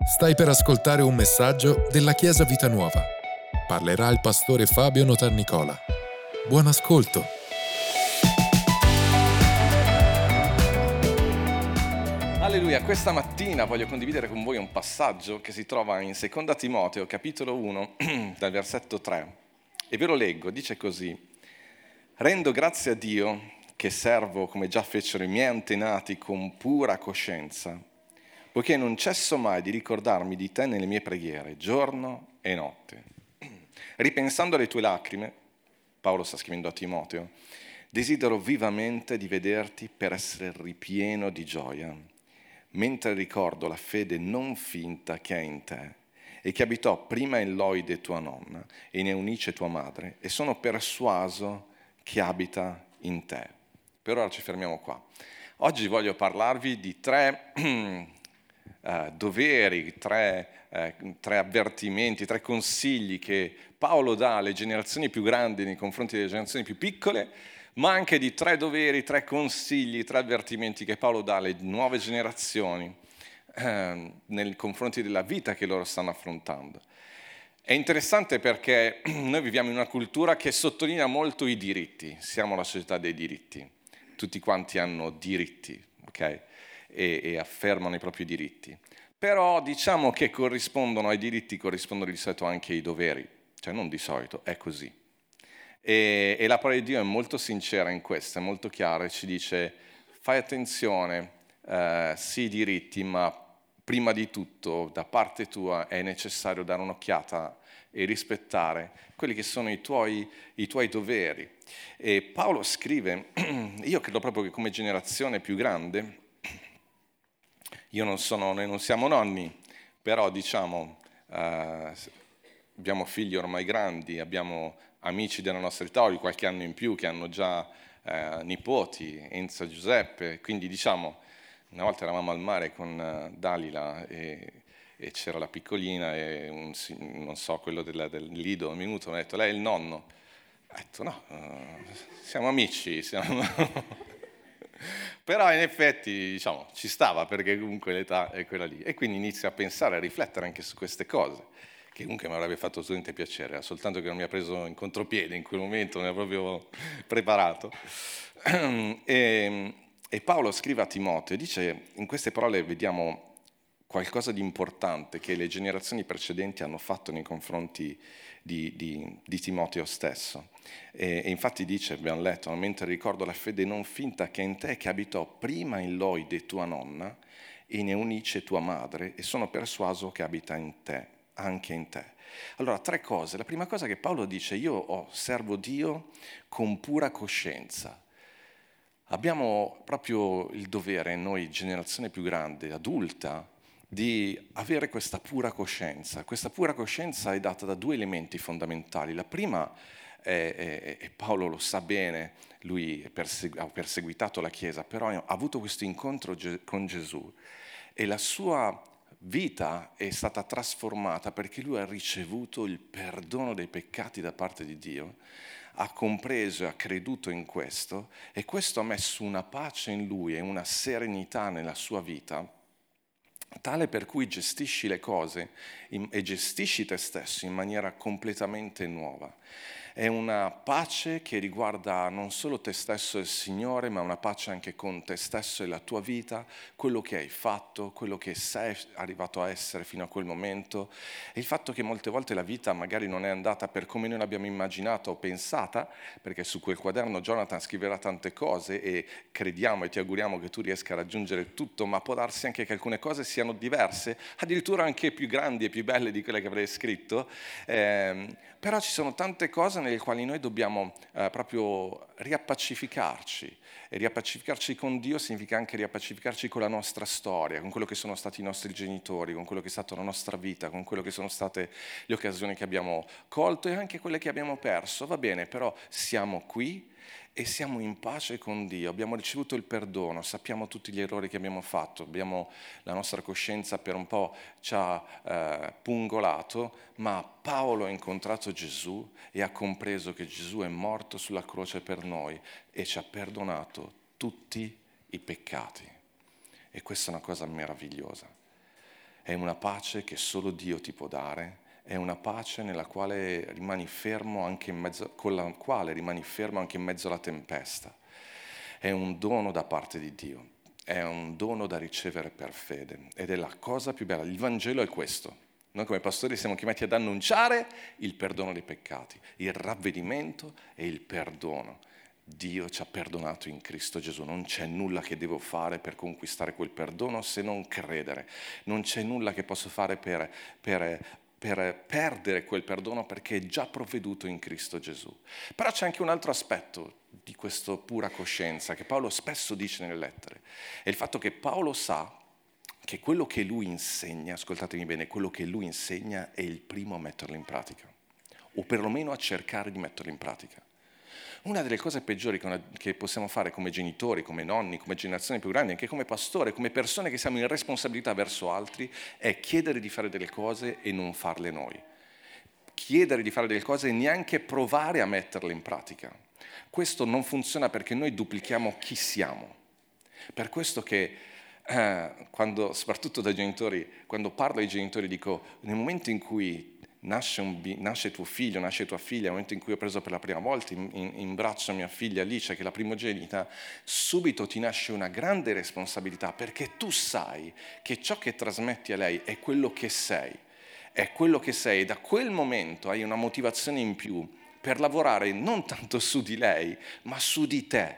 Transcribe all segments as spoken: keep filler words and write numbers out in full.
Stai per ascoltare un messaggio della Chiesa Vita Nuova. Parlerà il pastore Fabio Notarnicola. Buon ascolto. Alleluia, questa mattina voglio condividere con voi un passaggio che si trova in seconda Timoteo, capitolo uno, dal versetto tre. E ve lo leggo, dice così: Rendo grazie a Dio che servo, come già fecero i miei antenati, con pura coscienza, poiché non cesso mai di ricordarmi di te nelle mie preghiere, giorno e notte. Ripensando alle tue lacrime, Paolo sta scrivendo a Timoteo, desidero vivamente di vederti per essere ripieno di gioia, mentre ricordo la fede non finta che è in te e che abitò prima in Loide tua nonna e in Eunice tua madre, e sono persuaso che abita in te. Per ora ci fermiamo qua. Oggi voglio parlarvi di tre Uh, doveri, tre, uh, tre avvertimenti, tre consigli che Paolo dà alle generazioni più grandi nei confronti delle generazioni più piccole, ma anche di tre doveri, tre consigli, tre avvertimenti che Paolo dà alle nuove generazioni uh, nei confronti della vita che loro stanno affrontando. È interessante perché noi viviamo in una cultura che sottolinea molto i diritti, siamo la società dei diritti, tutti quanti hanno diritti, ok? E, e affermano i propri diritti. Però diciamo che corrispondono ai diritti, corrispondono di solito anche ai doveri, cioè non di solito, è così. E, e la parola di Dio è molto sincera in questo, è molto chiara, e ci dice: fai attenzione, eh, sì diritti, ma prima di tutto da parte tua è necessario dare un'occhiata e rispettare quelli che sono i tuoi, i tuoi doveri. E Paolo scrive, io credo proprio che come generazione più grande, Io non sono, noi non siamo nonni, però diciamo, eh, abbiamo figli ormai grandi, abbiamo amici della nostra età o di qualche anno in più che hanno già eh, nipoti, Enzo e Giuseppe, quindi diciamo, una volta eravamo al mare con uh, Dalila e, e c'era la piccolina e un, non so, quello del, del Lido è venuto e mi ha detto: lei è il nonno? Ho detto no, uh, siamo amici, siamo... Però in effetti, diciamo, ci stava, perché comunque l'età è quella lì. E quindi inizio a pensare, a riflettere anche su queste cose, che comunque mi avrebbe fatto assolutamente piacere, era soltanto che non mi ha preso in contropiede in quel momento, non mi ha proprio preparato. E, e Paolo scrive a Timoteo, dice, in queste parole vediamo qualcosa di importante che le generazioni precedenti hanno fatto nei confronti di, di, di Timoteo stesso. E, e infatti dice, abbiamo letto, mentre ricordo la fede non finta che è in te, che abitò prima in Loide tua nonna e in Eunice tua madre, e sono persuaso che abita in te, anche in te. Allora, tre cose. La prima cosa che Paolo dice: io oh, servo Dio con pura coscienza. Abbiamo proprio il dovere, noi generazione più grande, adulta, di avere questa pura coscienza. Questa pura coscienza è data da due elementi fondamentali. La prima, è, e Paolo lo sa bene, lui ha perseguitato la Chiesa, però ha avuto questo incontro con Gesù e la sua vita è stata trasformata perché lui ha ricevuto il perdono dei peccati da parte di Dio, ha compreso e ha creduto in questo, e questo ha messo una pace in lui e una serenità nella sua vita, tale per cui gestisci le cose e gestisci te stesso in maniera completamente nuova. È una pace che riguarda non solo te stesso e il Signore, ma una pace anche con te stesso e la tua vita, quello che hai fatto, quello che sei arrivato a essere fino a quel momento, e il fatto che molte volte la vita magari non è andata per come noi l'abbiamo immaginata o pensata, perché su quel quaderno Jonathan scriverà tante cose e crediamo e ti auguriamo che tu riesca a raggiungere tutto, ma può darsi anche che alcune cose siano diverse, addirittura anche più grandi e più belle di quelle che avrei scritto, eh, però ci sono tante cose nelle quali noi dobbiamo eh, proprio riappacificarci, e riappacificarci con Dio significa anche riappacificarci con la nostra storia, con quello che sono stati i nostri genitori, con quello che è stata la nostra vita, con quello che sono state le occasioni che abbiamo colto e anche quelle che abbiamo perso. Va bene, però siamo qui e siamo in pace con Dio, abbiamo ricevuto il perdono, sappiamo tutti gli errori che abbiamo fatto, abbiamo, la nostra coscienza per un po' ci ha eh, pungolato, ma Paolo ha incontrato Gesù e ha compreso che Gesù è morto sulla croce per noi e ci ha perdonato tutti i peccati. E questa è una cosa meravigliosa. è una pace che solo Dio ti può dare, è una pace nella quale rimani fermo anche in mezzo, con la quale rimani fermo anche in mezzo alla tempesta. È un dono da parte di Dio, è un dono da ricevere per fede ed è la cosa più bella. Il Vangelo è questo. Noi come pastori siamo chiamati ad annunciare il perdono dei peccati, il ravvedimento e il perdono. Dio ci ha perdonato in Cristo Gesù, non c'è nulla che devo fare per conquistare quel perdono se non credere, non c'è nulla che posso fare per, per, per perdere quel perdono perché è già provveduto in Cristo Gesù. Però c'è anche un altro aspetto di questa pura coscienza che Paolo spesso dice nelle lettere, è il fatto che Paolo sa che quello che lui insegna, ascoltatemi bene, quello che lui insegna è il primo a metterlo in pratica, o perlomeno a cercare di metterlo in pratica. Una delle cose peggiori che possiamo fare come genitori, come nonni, come generazioni più grandi, anche come pastore, come persone che siamo in responsabilità verso altri, è chiedere di fare delle cose e non farle noi. Chiedere di fare delle cose e neanche provare a metterle in pratica. Questo non funziona perché noi duplichiamo chi siamo. Per questo che eh, quando, soprattutto dai genitori, quando parlo ai genitori dico, nel momento in cui Nasce, un, nasce tuo figlio, nasce tua figlia, nel momento in cui ho preso per la prima volta in, in, in braccio mia figlia Alice, che è la primogenita, subito ti nasce una grande responsabilità, perché tu sai che ciò che trasmetti a lei è quello che sei, è quello che sei, e da quel momento hai una motivazione in più per lavorare non tanto su di lei, ma su di te.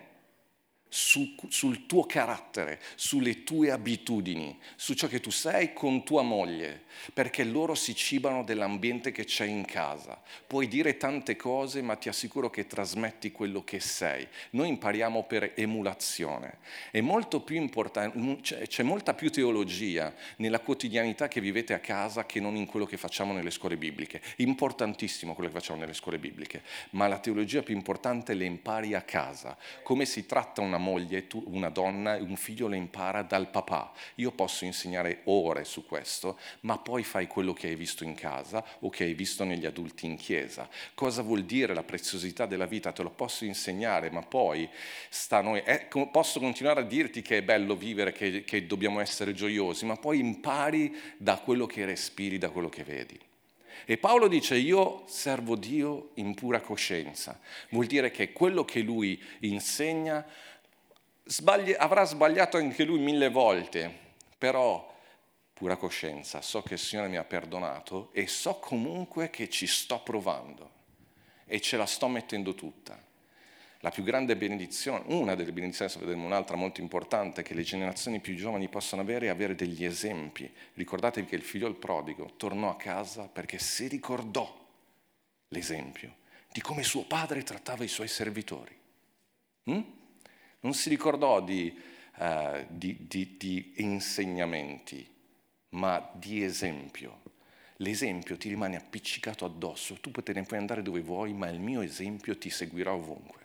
Su, sul tuo carattere, sulle tue abitudini, su ciò che tu sei con tua moglie, perché loro si cibano dell'ambiente che c'è in casa. Puoi dire tante cose, ma ti assicuro che trasmetti quello che sei. Noi impariamo per emulazione. È molto più importante, c'è, c'è molta più teologia nella quotidianità che vivete a casa che non in quello che facciamo nelle scuole bibliche. Importantissimo quello che facciamo nelle scuole bibliche, ma la teologia più importante le impari a casa. Come si tratta una moglie, tu, una donna, un figlio le impara dal papà. Io posso insegnare ore su questo, ma poi fai quello che hai visto in casa o che hai visto negli adulti in chiesa. Cosa vuol dire la preziosità della vita? Te lo posso insegnare, ma poi sta a noi. Eh, posso continuare a dirti che è bello vivere, che, che dobbiamo essere gioiosi, ma poi impari da quello che respiri, da quello che vedi. E Paolo dice, io servo Dio in pura coscienza. Vuol dire che quello che lui insegna Sbagli- avrà sbagliato anche lui mille volte, però pura coscienza, so che il Signore mi ha perdonato e so comunque che ci sto provando e ce la sto mettendo tutta. La più grande benedizione, una delle benedizioni, se vedremo un'altra molto importante, che le generazioni più giovani possono avere è avere degli esempi. Ricordatevi che il figlio il prodigo tornò a casa perché si ricordò l'esempio di come suo padre trattava i suoi servitori. Mm? Non si ricordò di, uh, di, di, di insegnamenti, ma di esempio. L'esempio ti rimane appiccicato addosso, tu te ne puoi andare dove vuoi, ma il mio esempio ti seguirà ovunque.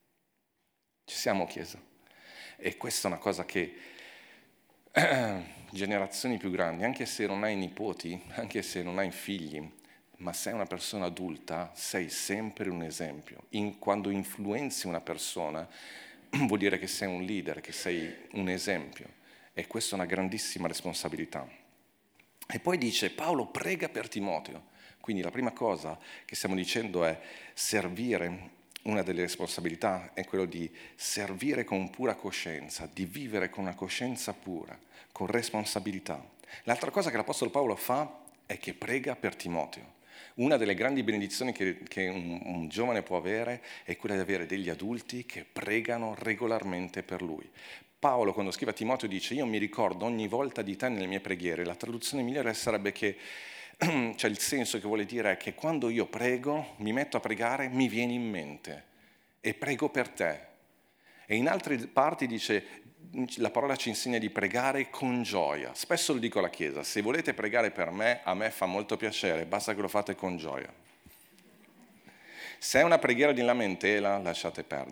Ci siamo, Chiesa? E questa è una cosa che eh, generazioni più grandi, anche se non hai nipoti, anche se non hai figli, ma sei una persona adulta, sei sempre un esempio. In, quando influenzi una persona, vuol dire che sei un leader, che sei un esempio, e questa è una grandissima responsabilità. E poi dice, Paolo prega per Timoteo, quindi la prima cosa che stiamo dicendo è servire, una delle responsabilità è quello di servire con pura coscienza, di vivere con una coscienza pura, con responsabilità. L'altra cosa che l'Apostolo Paolo fa è che prega per Timoteo. Una delle grandi benedizioni che, che un, un giovane può avere è quella di avere degli adulti che pregano regolarmente per lui. Paolo, quando scrive a Timoteo, dice io mi ricordo ogni volta di te nelle mie preghiere. La traduzione migliore sarebbe che, cioè il senso che vuole dire è che quando io prego, mi metto a pregare, mi viene in mente e prego per te. E in altre parti dice la parola ci insegna di pregare con gioia. Spesso lo dico alla Chiesa, se volete pregare per me, a me fa molto piacere, basta che lo fate con gioia. Se è una preghiera di lamentela, lasciate perdere.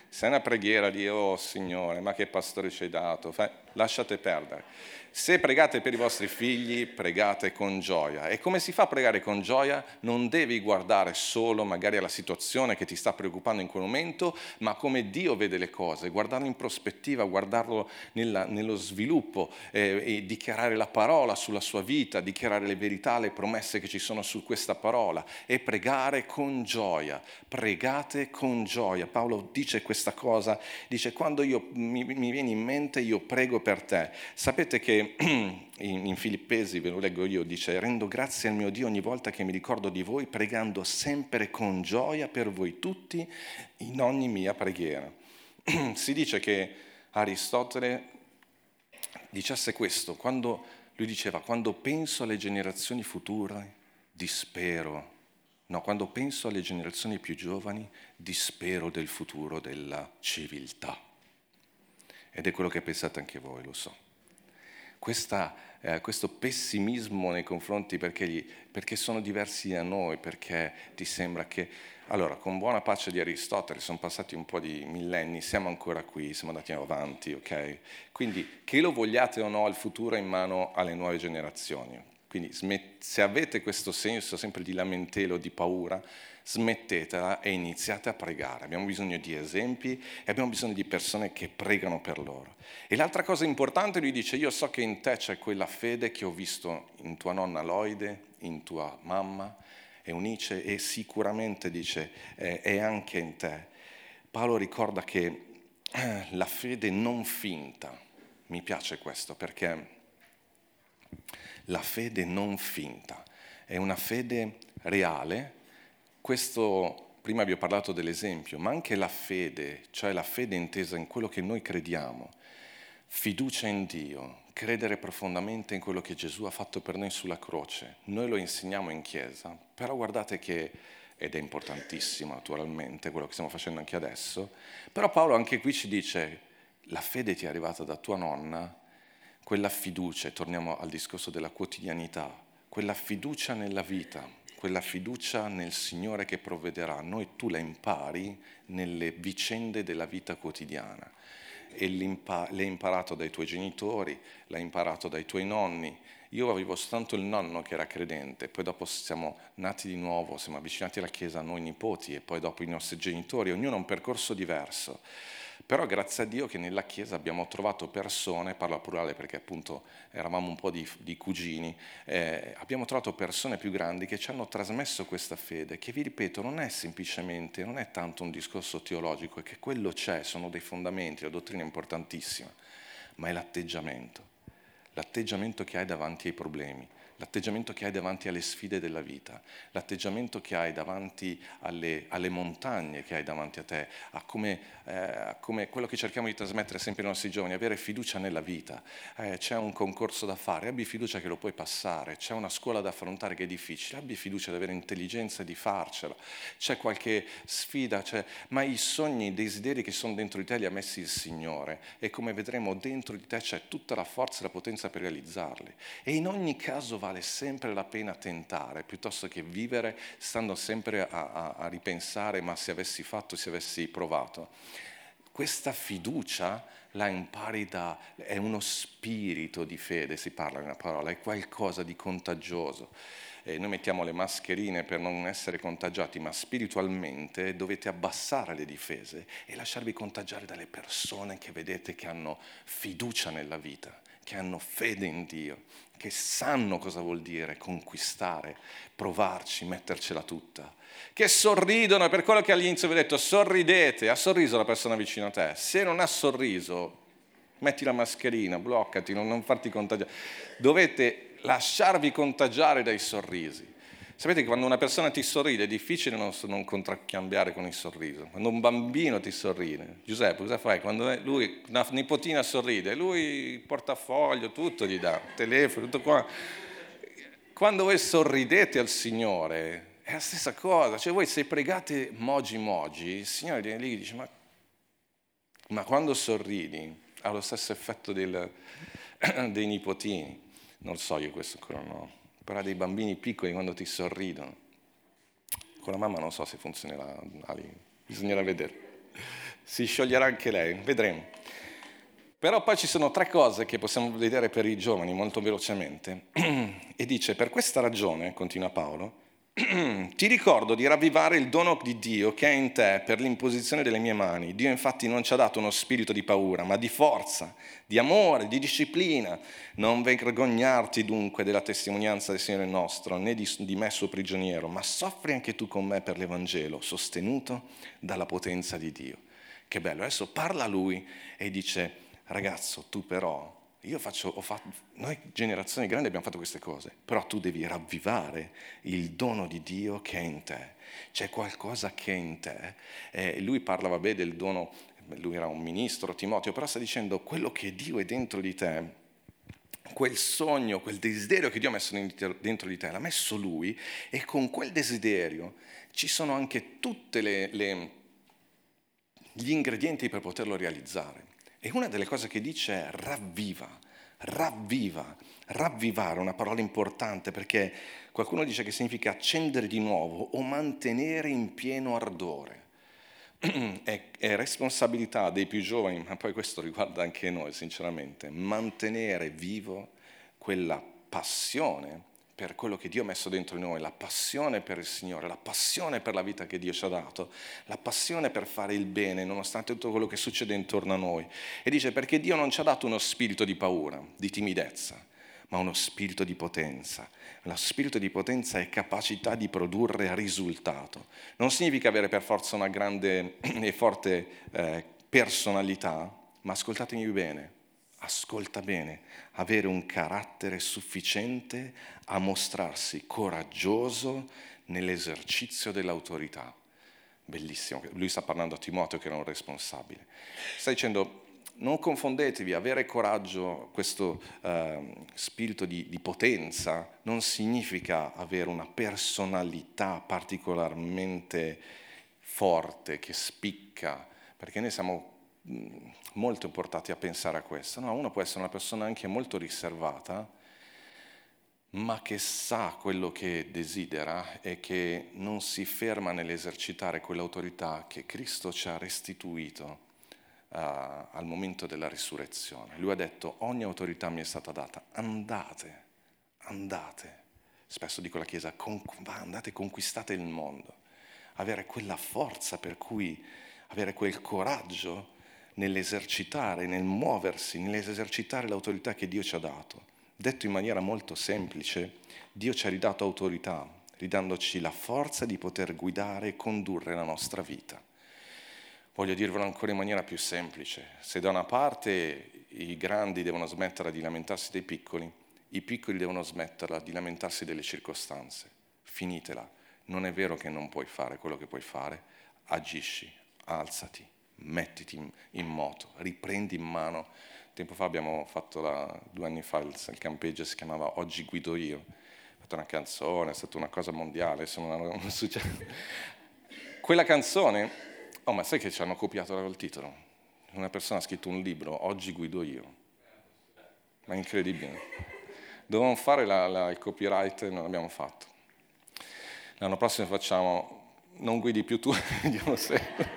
Se è una preghiera di, oh Signore, ma che pastore ci hai dato, Fai, lasciate perdere. Se pregate per i vostri figli, pregate con gioia. E come si fa a pregare con gioia? Non devi guardare solo magari alla situazione che ti sta preoccupando in quel momento, ma come Dio vede le cose, guardarlo in prospettiva, guardarlo nella, nello sviluppo eh, e dichiarare la parola sulla sua vita, dichiarare le verità, le promesse che ci sono su questa parola e pregare con gioia. Pregate con gioia. Paolo dice questa cosa, dice quando io, mi, mi viene in mente io prego per te. Sapete che in, in Filippesi, ve lo leggo io, dice rendo grazie al mio Dio ogni volta che mi ricordo di voi, pregando sempre con gioia per voi tutti in ogni mia preghiera. Si dice che Aristotele dicesse questo, quando lui diceva quando penso alle generazioni future dispero, no, quando penso alle generazioni più giovani dispero del futuro della civiltà. Ed è quello che pensate anche voi, lo so. Questa, eh, questo pessimismo nei confronti perché, gli, perché sono diversi da noi, perché ti sembra che... Allora, con buona pace di Aristotele, sono passati un po' di millenni, siamo ancora qui, siamo andati avanti, ok? Quindi, che lo vogliate o no, il futuro è in mano alle nuove generazioni. Quindi, se avete questo senso sempre di lamentelo, di paura, smettetela e iniziate a pregare. Abbiamo bisogno di esempi e abbiamo bisogno di persone che pregano per loro. E l'altra cosa importante, lui dice, io so che in te c'è quella fede che ho visto in tua nonna Loide, in tua mamma Eunice e sicuramente, dice, eh, è anche in te. Paolo ricorda che eh, la fede non finta, mi piace questo perché la fede non finta è una fede reale. Questo, prima vi ho parlato dell'esempio, ma anche la fede, cioè la fede intesa in quello che noi crediamo, fiducia in Dio, credere profondamente in quello che Gesù ha fatto per noi sulla croce. Noi lo insegniamo in chiesa, però guardate che, ed è importantissimo naturalmente quello che stiamo facendo anche adesso, però Paolo anche qui ci dice, la fede ti è arrivata da tua nonna, quella fiducia, e torniamo al discorso della quotidianità, quella fiducia nella vita, quella fiducia nel Signore che provvederà, noi tu la impari nelle vicende della vita quotidiana e l'hai imparato dai tuoi genitori, l'hai imparato dai tuoi nonni. Io avevo soltanto il nonno che era credente, poi dopo siamo nati di nuovo, siamo avvicinati alla Chiesa noi nipoti e poi dopo i nostri genitori, ognuno ha un percorso diverso. Però grazie a Dio che nella Chiesa abbiamo trovato persone, parlo a plurale perché appunto eravamo un po' di, di cugini, eh, abbiamo trovato persone più grandi che ci hanno trasmesso questa fede, che vi ripeto non è semplicemente, non è tanto un discorso teologico, è che quello c'è, sono dei fondamenti, la dottrina è importantissima, ma è l'atteggiamento, l'atteggiamento che hai davanti ai problemi, l'atteggiamento che hai davanti alle sfide della vita, l'atteggiamento che hai davanti alle, alle montagne che hai davanti a te, a come, eh, a come quello che cerchiamo di trasmettere sempre ai nostri giovani, avere fiducia nella vita. Eh, c'è un concorso da fare, abbi fiducia che lo puoi passare, c'è una scuola da affrontare che è difficile, abbi fiducia di avere intelligenza di farcela, c'è qualche sfida, c'è... ma i sogni, i desideri che sono dentro di te li ha messi il Signore e come vedremo dentro di te c'è tutta la forza e la potenza per realizzarli. E in ogni caso va vale sempre la pena tentare, piuttosto che vivere stando sempre a, a, a ripensare, ma se avessi fatto, se avessi provato. Questa fiducia la impari da, è uno spirito di fede, si parla nella parola, è qualcosa di contagioso. Eh, noi mettiamo le mascherine per non essere contagiati, ma spiritualmente dovete abbassare le difese e lasciarvi contagiare dalle persone che vedete che hanno fiducia nella vita, che hanno fede in Dio, che sanno cosa vuol dire conquistare, provarci, mettercela tutta, che sorridono, per quello che all'inizio vi ho detto, sorridete, ha sorriso la persona vicino a te, se non ha sorriso, metti la mascherina, bloccati, non, non farti contagiare, dovete lasciarvi contagiare dai sorrisi. Sapete che quando una persona ti sorride è difficile non, non contraccambiare con il sorriso. Quando un bambino ti sorride, Giuseppe, cosa fai? Quando lui, una nipotina sorride, lui il portafoglio, tutto gli dà, telefono, tutto qua. Quando voi sorridete al Signore è la stessa cosa. Cioè voi se pregate mogi mogi, il Signore viene lì e dice ma, ma quando sorridi ha lo stesso effetto del, dei nipotini. Non so io questo ancora no. Però dei bambini piccoli quando ti sorridono. Con la mamma non so se funzionerà, bisognerà vedere. si scioglierà anche lei, vedremo. Però poi ci sono tre cose che possiamo vedere per i giovani molto velocemente. E dice, per questa ragione, continua Paolo, ti ricordo di ravvivare il dono di Dio che è in te per l'imposizione delle mie mani. Dio infatti non ci ha dato uno spirito di paura, ma di forza, di amore, di disciplina. Non vergognarti dunque della testimonianza del Signore nostro, né di, di me suo prigioniero, ma soffri anche tu con me per l'Evangelo, sostenuto dalla potenza di Dio. Che bello, adesso parla lui e dice, ragazzo, tu però... Io faccio, ho fatto, noi generazioni grandi abbiamo fatto queste cose, però tu devi ravvivare il dono di Dio che è in te. C'è qualcosa che è in te. Eh, lui parla, vabbè, del dono, lui era un ministro, Timoteo, però sta dicendo quello che Dio è dentro di te, quel sogno, quel desiderio che Dio ha messo dentro di te, l'ha messo lui, e con quel desiderio ci sono anche tutti gli ingredienti per poterlo realizzare. E una delle cose che dice è ravviva, ravviva, ravvivare è una parola importante perché qualcuno dice che significa accendere di nuovo o mantenere in pieno ardore. È, è responsabilità dei più giovani, ma poi questo riguarda anche noi sinceramente, mantenere vivo quella passione per quello che Dio ha messo dentro di noi, la passione per il Signore, la passione per la vita che Dio ci ha dato, la passione per fare il bene nonostante tutto quello che succede intorno a noi. E dice perché Dio non ci ha dato uno spirito di paura, di timidezza, ma uno spirito di potenza. Lo spirito di potenza è capacità di produrre risultato. Non significa avere per forza una grande e forte eh, personalità, ma ascoltatemi bene. Ascolta bene, avere un carattere sufficiente a mostrarsi coraggioso nell'esercizio dell'autorità. Bellissimo, lui sta parlando a Timoteo che era un responsabile. Sta dicendo, non confondetevi, avere coraggio, questo eh, spirito di, di potenza, non significa avere una personalità particolarmente forte, che spicca, perché noi siamo molto portati a pensare a questo. No, uno può essere una persona anche molto riservata, ma che sa quello che desidera e che non si ferma nell'esercitare quell'autorità che Cristo ci ha restituito uh, al momento della risurrezione. Lui ha detto, ogni autorità mi è stata data, andate, andate. Spesso dico alla Chiesa, andate, conquistate il mondo. Avere quella forza per cui, avere quel coraggio nell'esercitare, nel muoversi, nell'esercitare l'autorità che Dio ci ha dato. Detto in maniera molto semplice, Dio ci ha ridato autorità, ridandoci la forza di poter guidare e condurre la nostra vita. Voglio dirvelo ancora in maniera più semplice. Se da una parte i grandi devono smettere di lamentarsi dei piccoli, i piccoli devono smetterla di lamentarsi delle circostanze. Finitela. Non è vero che non puoi fare quello che puoi fare. Agisci, alzati. Mettiti in moto, riprendi in mano. Tempo fa abbiamo fatto, la, due anni fa, il, il campeggio si chiamava Oggi guido io. Ho fatto una canzone, è stata una cosa mondiale. Sono una, una Quella canzone, oh ma sai che ci hanno copiato il titolo? Una persona ha scritto un libro, Oggi guido io. Ma è incredibile. Dovevamo fare la, la, il copyright e non l'abbiamo fatto. L'anno prossimo facciamo, non guidi più tu, vediamo se...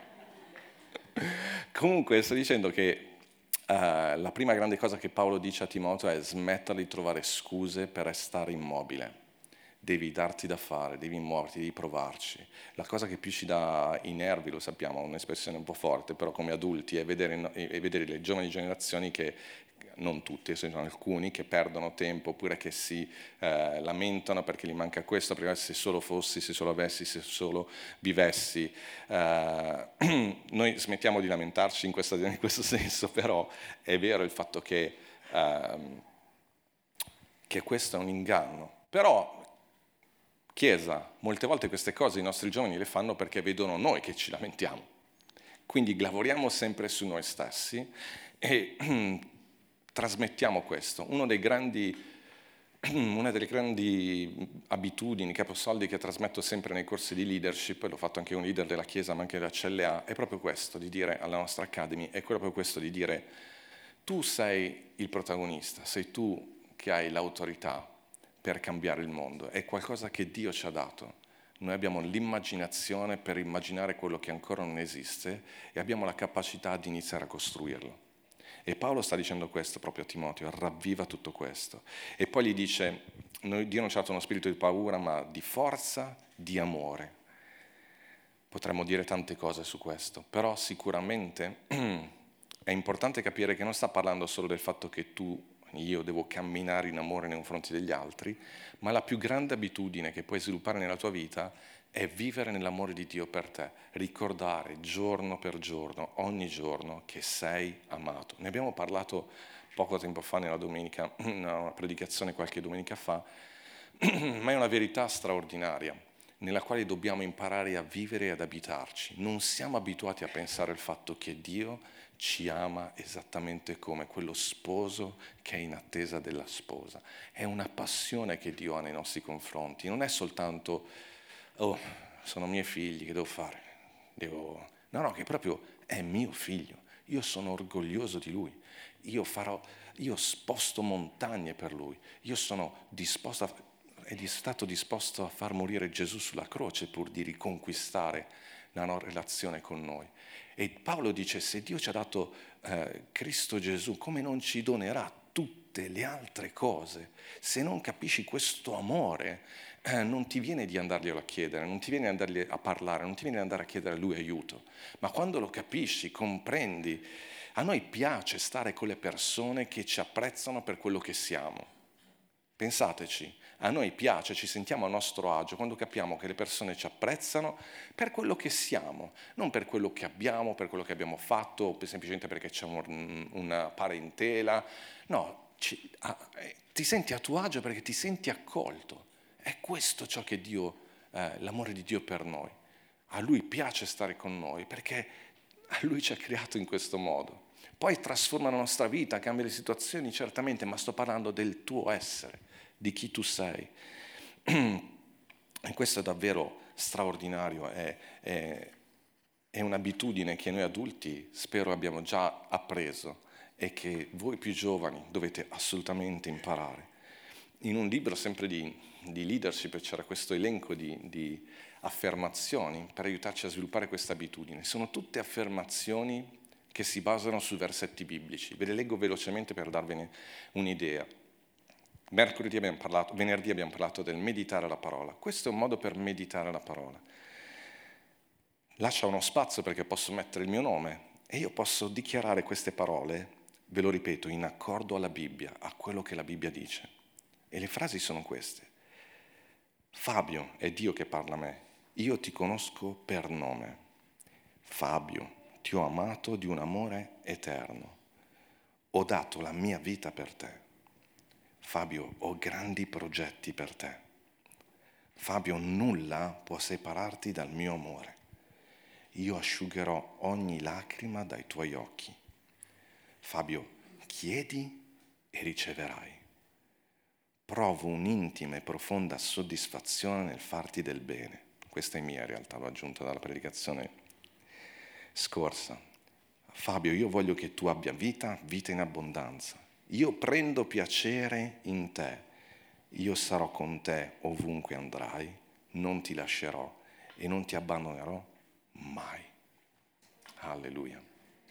Comunque sto dicendo che uh, la prima grande cosa che Paolo dice a Timoteo è smettere di trovare scuse per restare immobile. Devi darti da fare, devi muoverti, devi provarci. La cosa che più ci dà i nervi, lo sappiamo, è un'espressione un po' forte, però come adulti, è vedere, è vedere le giovani generazioni che, non tutti, sono alcuni che perdono tempo oppure che si eh, lamentano perché gli manca questo, perché se solo fossi, se solo avessi, se solo vivessi. Eh, noi smettiamo di lamentarci in, questa, in questo senso, però è vero il fatto che, eh, che questo è un inganno. Però, Chiesa, molte volte queste cose i nostri giovani le fanno perché vedono noi che ci lamentiamo. Quindi lavoriamo sempre su noi stessi e trasmettiamo questo. Uno dei grandi, una delle grandi abitudini, caposaldi che trasmetto sempre nei corsi di leadership, poi l'ho fatto anche un leader della Chiesa ma anche della C L A, è proprio questo di dire alla nostra Academy, è proprio questo di dire tu sei il protagonista, sei tu che hai l'autorità per cambiare il mondo, è qualcosa che Dio ci ha dato. noi abbiamo l'immaginazione per immaginare quello che ancora non esiste e abbiamo la capacità di iniziare a costruirlo. E Paolo sta dicendo questo proprio a Timoteo, ravviva tutto questo. E poi gli dice, Dio non ci ha dato uno spirito di paura, ma di forza, di amore. Potremmo dire tante cose su questo, però sicuramente è importante capire che non sta parlando solo del fatto che tu, io, devo camminare in amore nei confronti degli altri, ma la più grande abitudine che puoi sviluppare nella tua vita è vivere nell'amore di Dio per te, ricordare giorno per giorno, ogni giorno, che sei amato. Ne abbiamo parlato poco tempo fa nella domenica, una predicazione qualche domenica fa, ma è una verità straordinaria, nella quale dobbiamo imparare a vivere e ad abitarci. Non siamo abituati a pensare al fatto che Dio ci ama esattamente come quello sposo che è in attesa della sposa. È una passione che Dio ha nei nostri confronti, non è soltanto oh, sono miei figli, che devo fare? Devo... No, no, che proprio è mio figlio. Io sono orgoglioso di lui. Io farò, io sposto montagne per lui. Io sono disposto a, è stato disposto a far morire Gesù sulla croce pur di riconquistare la nostra relazione con noi. E Paolo dice, se Dio ci ha dato eh, Cristo Gesù, come non ci donerà tutte le altre cose? Se non capisci questo amore, Eh, non ti viene di andarglielo a chiedere, non ti viene di andargli a parlare, non ti viene di andare a chiedere a lui aiuto, ma quando lo capisci, comprendi, a noi piace stare con le persone che ci apprezzano per quello che siamo. Pensateci, a noi piace, ci sentiamo a nostro agio quando capiamo che le persone ci apprezzano per quello che siamo, non per quello che abbiamo, per quello che abbiamo fatto, o semplicemente perché c'è un, una parentela. No, ci, ah, ti senti a tuo agio perché ti senti accolto. È questo ciò che Dio, eh, l'amore di Dio per noi. A Lui piace stare con noi perché a Lui ci ha creato in questo modo. Poi trasforma la nostra vita, cambia le situazioni certamente, ma sto parlando del tuo essere, di chi tu sei. E questo è davvero straordinario, è, è, è un'abitudine che noi adulti spero abbiamo già appreso e che voi più giovani dovete assolutamente imparare. In un libro sempre di, di leadership c'era questo elenco di, di affermazioni per aiutarci a sviluppare questa abitudine. Sono tutte affermazioni che si basano su versetti biblici. Ve le leggo velocemente per darvene un'idea. Mercoledì abbiamo parlato, venerdì abbiamo parlato del meditare la parola. Questo è un modo per meditare la parola. Lascia uno spazio perché posso mettere il mio nome e io posso dichiarare queste parole, ve lo ripeto, in accordo alla Bibbia, a quello che la Bibbia dice. E le frasi sono queste. Fabio, è Dio che parla a me, io ti conosco per nome. Fabio, ti ho amato di un amore eterno. Ho dato la mia vita per te. Fabio, ho grandi progetti per te. Fabio, nulla può separarti dal mio amore. Io asciugherò ogni lacrima dai tuoi occhi. Fabio, chiedi e riceverai. Provo un'intima e profonda soddisfazione nel farti del bene. Questa è mia in realtà, l'ho aggiunta dalla predicazione scorsa. Fabio, io voglio che tu abbia vita, vita in abbondanza. Io prendo piacere in te. Io sarò con te ovunque andrai, non ti lascerò e non ti abbandonerò mai. Alleluia.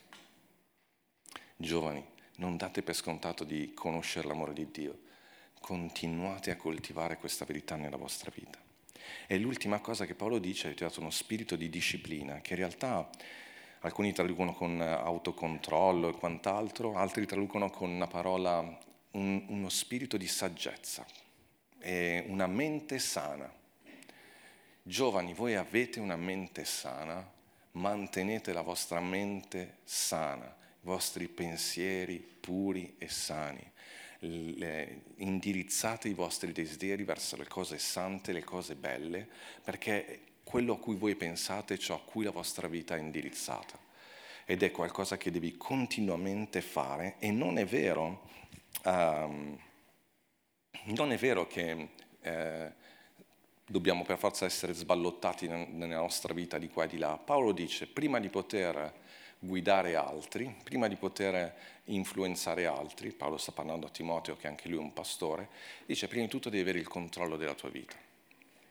Giovani, non date per scontato di conoscere l'amore di Dio. Continuate a coltivare questa verità nella vostra vita. E l'ultima cosa che Paolo dice è che ha dato uno spirito di disciplina, che in realtà alcuni traducono con autocontrollo e quant'altro, altri traducono con una parola, un, uno spirito di saggezza, e una mente sana. Giovani, voi avete una mente sana, mantenete la vostra mente sana, i vostri pensieri puri e sani. Le, indirizzate i vostri desideri verso le cose sante, le cose belle, perché quello a cui voi pensate è ciò a cui la vostra vita è indirizzata. Ed è qualcosa che devi continuamente fare e non è vero, um, non è vero che eh, dobbiamo per forza essere sballottati nella nostra vita di qua e di là. Paolo dice, prima di poter guidare altri, prima di poter influenzare altri, Paolo sta parlando a Timoteo che anche lui è un pastore, dice prima di tutto devi avere il controllo della tua vita.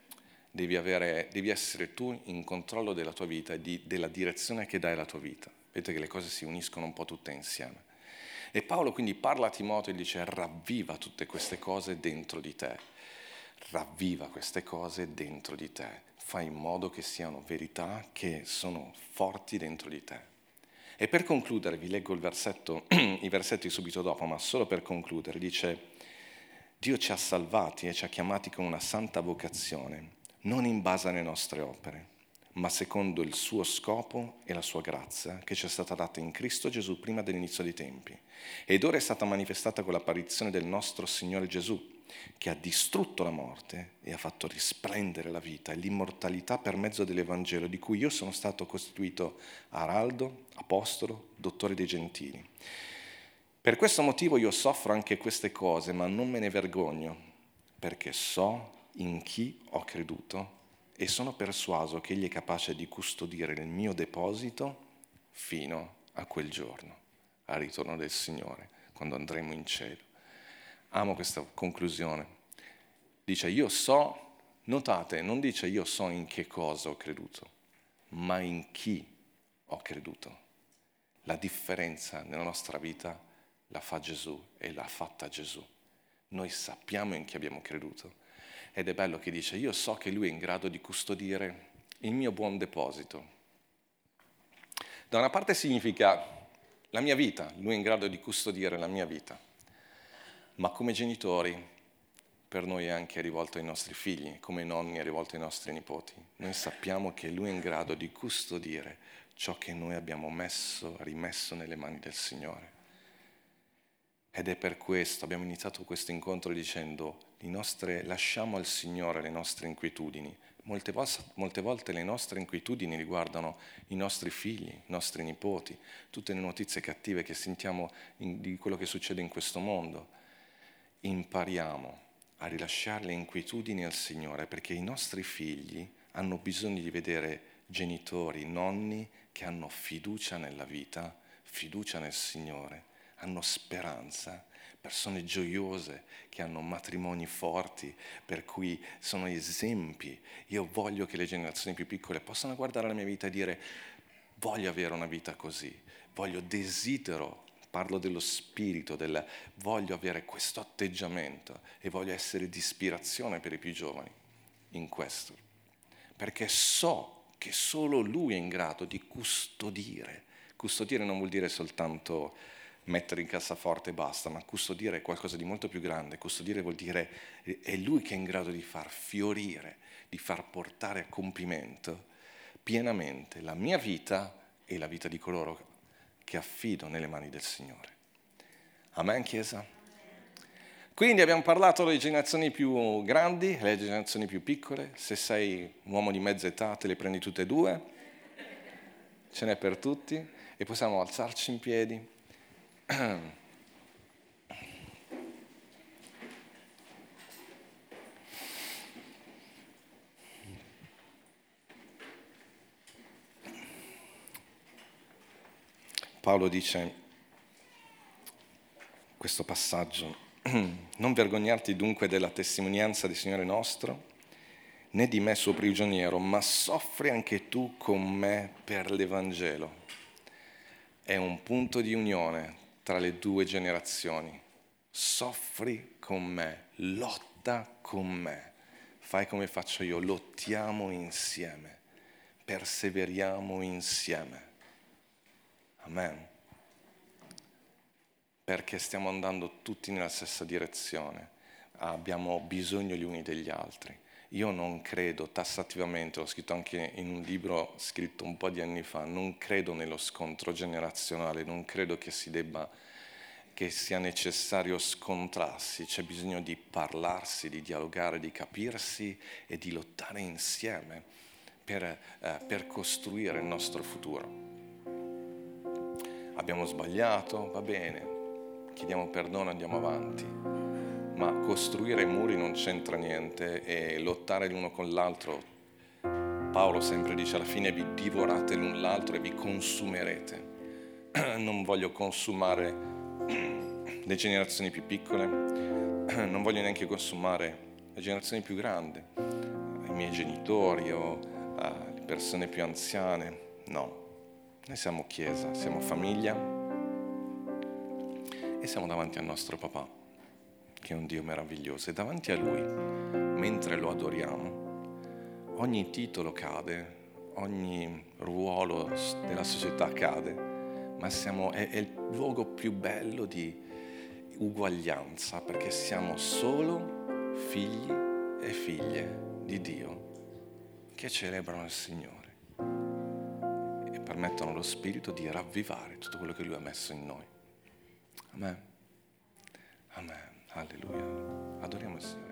devi, avere, devi essere tu in controllo della tua vita e di, della direzione che dai alla tua vita. Vedete che le cose si uniscono un po' tutte insieme. E Paolo quindi parla a Timoteo e dice: ravviva tutte queste cose dentro di te, ravviva queste cose dentro di te, fai in modo che siano verità che sono forti dentro di te. E per concludere, vi leggo il versetto, i versetti subito dopo, ma solo per concludere, dice: Dio ci ha salvati e ci ha chiamati con una santa vocazione, non in base alle nostre opere, ma secondo il suo scopo e la sua grazia, che ci è stata data in Cristo Gesù prima dell'inizio dei tempi. Ed ora è stata manifestata con l'apparizione del nostro Signore Gesù, che ha distrutto la morte e ha fatto risplendere la vita e l'immortalità per mezzo dell'Evangelo, di cui io sono stato costituito araldo, apostolo, dottore dei gentili. Per questo motivo io soffro anche queste cose, ma non me ne vergogno, perché so in chi ho creduto e sono persuaso che Egli è capace di custodire il mio deposito fino a quel giorno, al ritorno del Signore, quando andremo in cielo. Amo questa conclusione. Dice: io so, notate, non dice io so in che cosa ho creduto, ma in chi ho creduto. La differenza nella nostra vita la fa Gesù e l'ha fatta Gesù. Noi sappiamo in chi abbiamo creduto ed è bello che dice: io so che Lui è in grado di custodire il mio buon deposito. Da una parte significa la mia vita, Lui è in grado di custodire la mia vita, ma come genitori per noi è anche rivolto ai nostri figli, come nonni è rivolto ai nostri nipoti. Noi sappiamo che Lui è in grado di custodire ciò che noi abbiamo messo, rimesso nelle mani del Signore. Ed è per questo, abbiamo iniziato questo incontro dicendo, le nostre, lasciamo al Signore le nostre inquietudini. Molte, molte volte le nostre inquietudini riguardano i nostri figli, i nostri nipoti, tutte le notizie cattive che sentiamo in, di quello che succede in questo mondo. Impariamo a rilasciare le inquietudini al Signore, perché i nostri figli hanno bisogno di vedere genitori, nonni che hanno fiducia nella vita, fiducia nel Signore, hanno speranza, persone gioiose che hanno matrimoni forti, per cui sono esempi. Io voglio che le generazioni più piccole possano guardare la mia vita e dire: voglio avere una vita così, voglio, desidero, parlo dello spirito, del, voglio avere questo atteggiamento e voglio essere di ispirazione per i più giovani in questo, perché so che solo Lui è in grado di custodire. Custodire non vuol dire soltanto mettere in cassaforte e basta, ma custodire è qualcosa di molto più grande. Custodire vuol dire è Lui che è in grado di far fiorire, di far portare a compimento pienamente la mia vita e la vita di coloro che affido nelle mani del Signore. Amen, Chiesa? Quindi abbiamo parlato delle generazioni più grandi e le generazioni più piccole. Se sei un uomo di mezza età te le prendi tutte e due, ce n'è per tutti e possiamo alzarci in piedi. Paolo dice questo passaggio: non vergognarti dunque della testimonianza del Signore nostro, né di me suo prigioniero, ma soffri anche tu con me per l'Evangelo. È un punto di unione tra le due generazioni. Soffri con me, lotta con me, fai come faccio io, lottiamo insieme, perseveriamo insieme. Amen. Perché stiamo andando tutti nella stessa direzione, abbiamo bisogno gli uni degli altri. Io non credo tassativamente, l'ho scritto anche in un libro scritto un po' di anni fa, non credo nello scontro generazionale, non credo che si debba, che sia necessario scontrarsi, c'è bisogno di parlarsi, di dialogare, di capirsi e di lottare insieme per, eh, per costruire il nostro futuro. Abbiamo sbagliato, va bene, chiediamo perdono e andiamo avanti, ma costruire muri non c'entra niente e lottare l'uno con l'altro, Paolo sempre dice, alla fine vi divorate l'un l'altro e vi consumerete. Non voglio consumare le generazioni più piccole, non voglio neanche consumare le generazioni più grandi. I miei genitori o uh, le persone più anziane. No, noi siamo Chiesa, siamo famiglia e siamo davanti al nostro papà, che è un Dio meraviglioso, e davanti a Lui, mentre lo adoriamo, ogni titolo cade, ogni ruolo della società cade, ma siamo, è, è il luogo più bello di uguaglianza, perché siamo solo figli e figlie di Dio che celebrano il Signore e permettono allo Spirito di ravvivare tutto quello che Lui ha messo in noi. Amen. Amen. Alleluia. Adoriamo il Signore.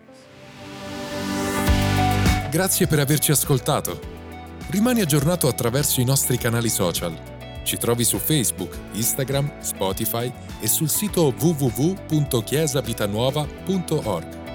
Grazie per averci ascoltato. Rimani aggiornato attraverso i nostri canali social. Ci trovi su Facebook, Instagram, Spotify e sul sito w w w punto chiesa vitanuova punto org.